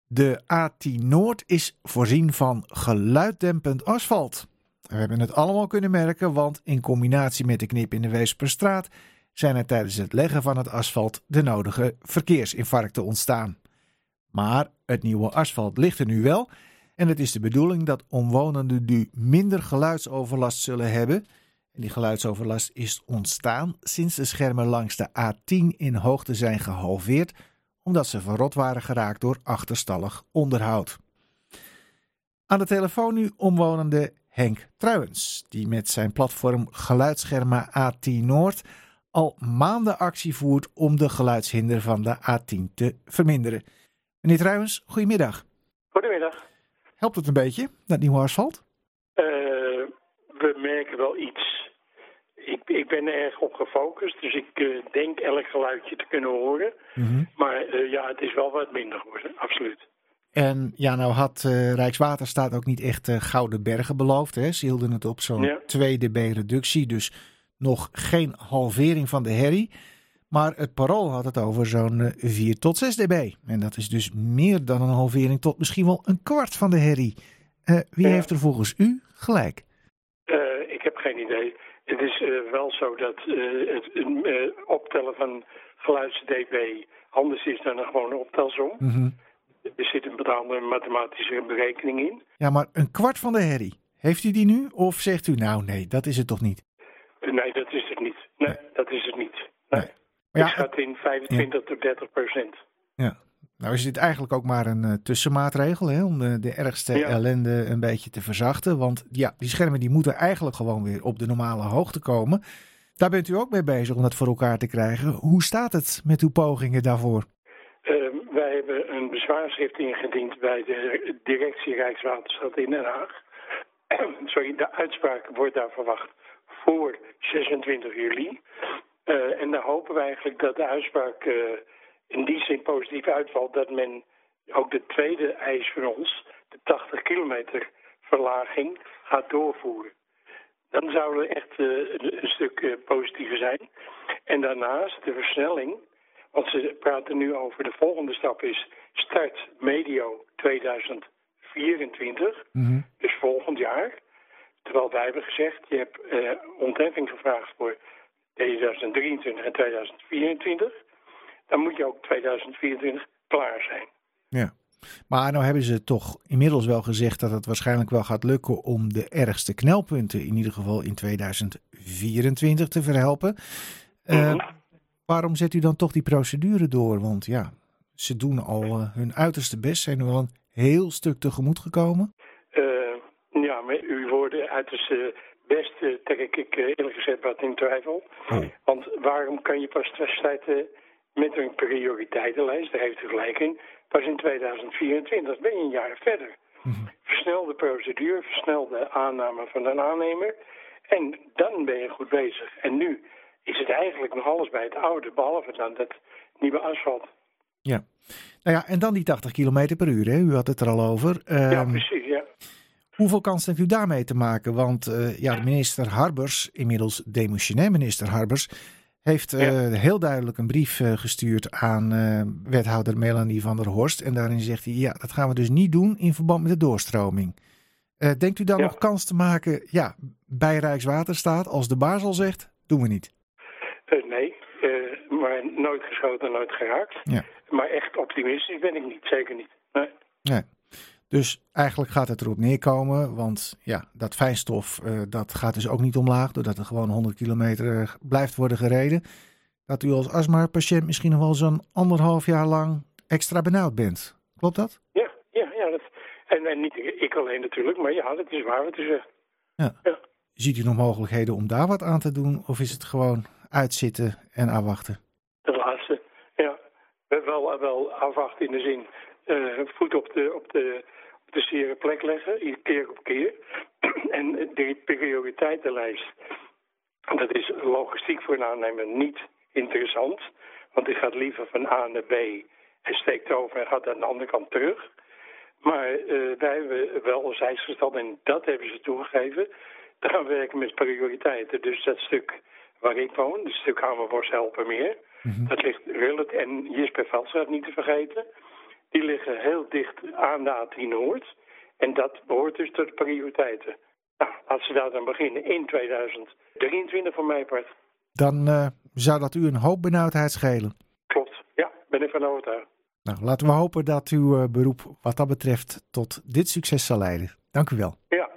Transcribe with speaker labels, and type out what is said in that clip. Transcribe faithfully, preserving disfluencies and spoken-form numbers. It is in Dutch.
Speaker 1: De A tien Noord is voorzien van geluiddempend asfalt. We hebben het allemaal kunnen merken, want in combinatie met de knip in de Weesperstraat zijn er tijdens het leggen van het asfalt de nodige verkeersinfarcten ontstaan. Maar het nieuwe asfalt ligt er nu wel en het is de bedoeling dat omwonenden nu minder geluidsoverlast zullen hebben. En die geluidsoverlast is ontstaan sinds de schermen langs de A tien in hoogte zijn gehalveerd, omdat ze verrot waren geraakt door achterstallig onderhoud. Aan de telefoon nu omwonende Henk Truijens, die met zijn platform Geluidsschermen A tien Noord al maanden actie voert om de geluidshinder van de A tien te verminderen. Meneer Truijens, goedemiddag.
Speaker 2: Goedemiddag.
Speaker 1: Helpt het een beetje, dat nieuwe asfalt?
Speaker 2: Uh, we merken wel iets. Ik, ik ben er erg op gefocust, dus ik uh, denk elk geluidje te kunnen horen. Mm-hmm. Maar uh, ja, het is wel wat minder geworden, absoluut.
Speaker 1: En ja, nou had uh, Rijkswaterstaat ook niet echt uh, gouden bergen beloofd. Hè? Ze hielden het op zo'n ja. twee decibel reductie, dus nog geen halvering van de herrie. Maar het Parool had het over zo'n uh, vier tot zes decibel. En dat is dus meer dan een halvering tot misschien wel een kwart van de herrie. Uh, wie ja. heeft er volgens u gelijk?
Speaker 2: Uh, ik heb geen idee. Het is uh, wel zo dat uh, het uh, optellen van geluids-dB anders is dan een gewone optelsom. Mm-hmm. Er zit een bepaalde mathematische berekening in.
Speaker 1: Ja, maar een kwart van de herrie. Heeft u die nu? Of zegt u nou nee, dat is het toch niet?
Speaker 2: Nee, dat is het niet. Nee, nee. dat is het niet. Nee. nee.
Speaker 1: Ja,
Speaker 2: het gaat in vijfentwintig ja. tot dertig procent.
Speaker 1: Ja. Nou is dit eigenlijk ook maar een uh, tussenmaatregel, hè, om de, de ergste ja. ellende een beetje te verzachten. Want ja, die schermen die moeten eigenlijk gewoon weer op de normale hoogte komen. Daar bent u ook mee bezig om dat voor elkaar te krijgen. Hoe staat het met uw pogingen daarvoor?
Speaker 2: Uh, wij hebben een bezwaarschrift ingediend bij de directie Rijkswaterstaat in Den Haag. Sorry, de uitspraak wordt daar verwacht voor zesentwintig juli. Uh, en daar hopen we eigenlijk dat de uitspraak uh, in die zin positief uitvalt, dat men ook de tweede eis van ons, de tachtig kilometer verlaging, gaat doorvoeren. Dan zouden we echt uh, een stuk uh, positiever zijn. En daarnaast de versnelling, want ze praten nu over de volgende stap is start medio tweeduizend vierentwintig, mm-hmm. dus volgend jaar. Terwijl wij hebben gezegd, je hebt uh, ontheffing gevraagd voor tweeduizend drieëntwintig en tweeduizend vierentwintig. Dan moet je ook tweeduizend vierentwintig klaar zijn.
Speaker 1: Ja, maar nou hebben ze toch inmiddels wel gezegd dat het waarschijnlijk wel gaat lukken om de ergste knelpunten in ieder geval in tweeduizend vierentwintig te verhelpen. Mm-hmm. Uh, waarom zet u dan toch die procedure door? Want ja, ze doen al uh, hun uiterste best, zijn nu al een heel stuk tegemoet gekomen.
Speaker 2: Uh, ja, met uw woorden uiterste best uh, trek ik uh, eerlijk gezegd wat in twijfel. Oh. Want waarom kan je pas starten met een prioriteitenlijst, daar heeft u gelijk in, pas in tweeduizend vierentwintig, ben je een jaar verder. Mm-hmm. Versnel de procedure, versnel de aanname van een aannemer en dan ben je goed bezig. En nu is het eigenlijk nog alles bij het oude, behalve dan dat nieuwe asfalt.
Speaker 1: Ja, nou ja, en dan die tachtig kilometer per uur, hè? U had het er al over. Um,
Speaker 2: ja, precies, ja.
Speaker 1: Hoeveel kans heeft u daarmee te maken? Want uh, ja, de minister Harbers, inmiddels demissionair minister Harbers, heeft uh, ja. heel duidelijk een brief uh, gestuurd aan uh, wethouder Melanie van der Horst. En daarin zegt hij, ja, dat gaan we dus niet doen in verband met de doorstroming. Uh, denkt u dan ja. nog kans te maken ja, bij Rijkswaterstaat als de baas al zegt, doen we niet?
Speaker 2: Uh, nee, uh, maar nooit geschoten, nooit geraakt. Ja. Maar echt optimistisch ben ik niet, zeker niet. Nee.
Speaker 1: nee. Dus eigenlijk gaat het erop neerkomen, want ja, dat fijnstof uh, dat gaat dus ook niet omlaag, doordat er gewoon honderd kilometer blijft worden gereden. Dat u als astma-patiënt misschien nog wel zo'n anderhalf jaar lang extra benauwd bent. Klopt dat?
Speaker 2: Ja, ja, ja. Dat, en, en niet ik alleen natuurlijk, maar ja, dat is waar wat u zegt.
Speaker 1: Ja. Ja. Ziet u nog mogelijkheden om daar wat aan te doen, of is het gewoon uitzitten en afwachten?
Speaker 2: De laatste, ja. Wel, wel afwachten in de zin, uh, voet op de... Op de de zere plek leggen, keer op keer. En de prioriteitenlijst, dat is logistiek voor een aannemer niet interessant. Want die gaat liever van A naar B en steekt over en gaat aan de andere kant terug. Maar uh, wij hebben wel als eis gesteld, en dat hebben ze toegegeven, te gaan werken met prioriteiten. Dus dat stuk waar ik woon, het stuk Hamerworst Helpermeer, mm-hmm. dat ligt relatief, en Jisper Veldstraat niet te vergeten. die liggen heel dicht aan de A tien Noord. En dat behoort dus tot de prioriteiten. Nou, als ze daar dan beginnen in tweeduizend drieëntwintig voor mij part.
Speaker 1: Dan uh, zou dat u een hoop benauwdheid schelen.
Speaker 2: Klopt, ja, ben ik van overtuigd.
Speaker 1: Nou, laten we hopen dat uw uh, beroep wat dat betreft tot dit succes zal leiden. Dank u wel.
Speaker 2: Ja.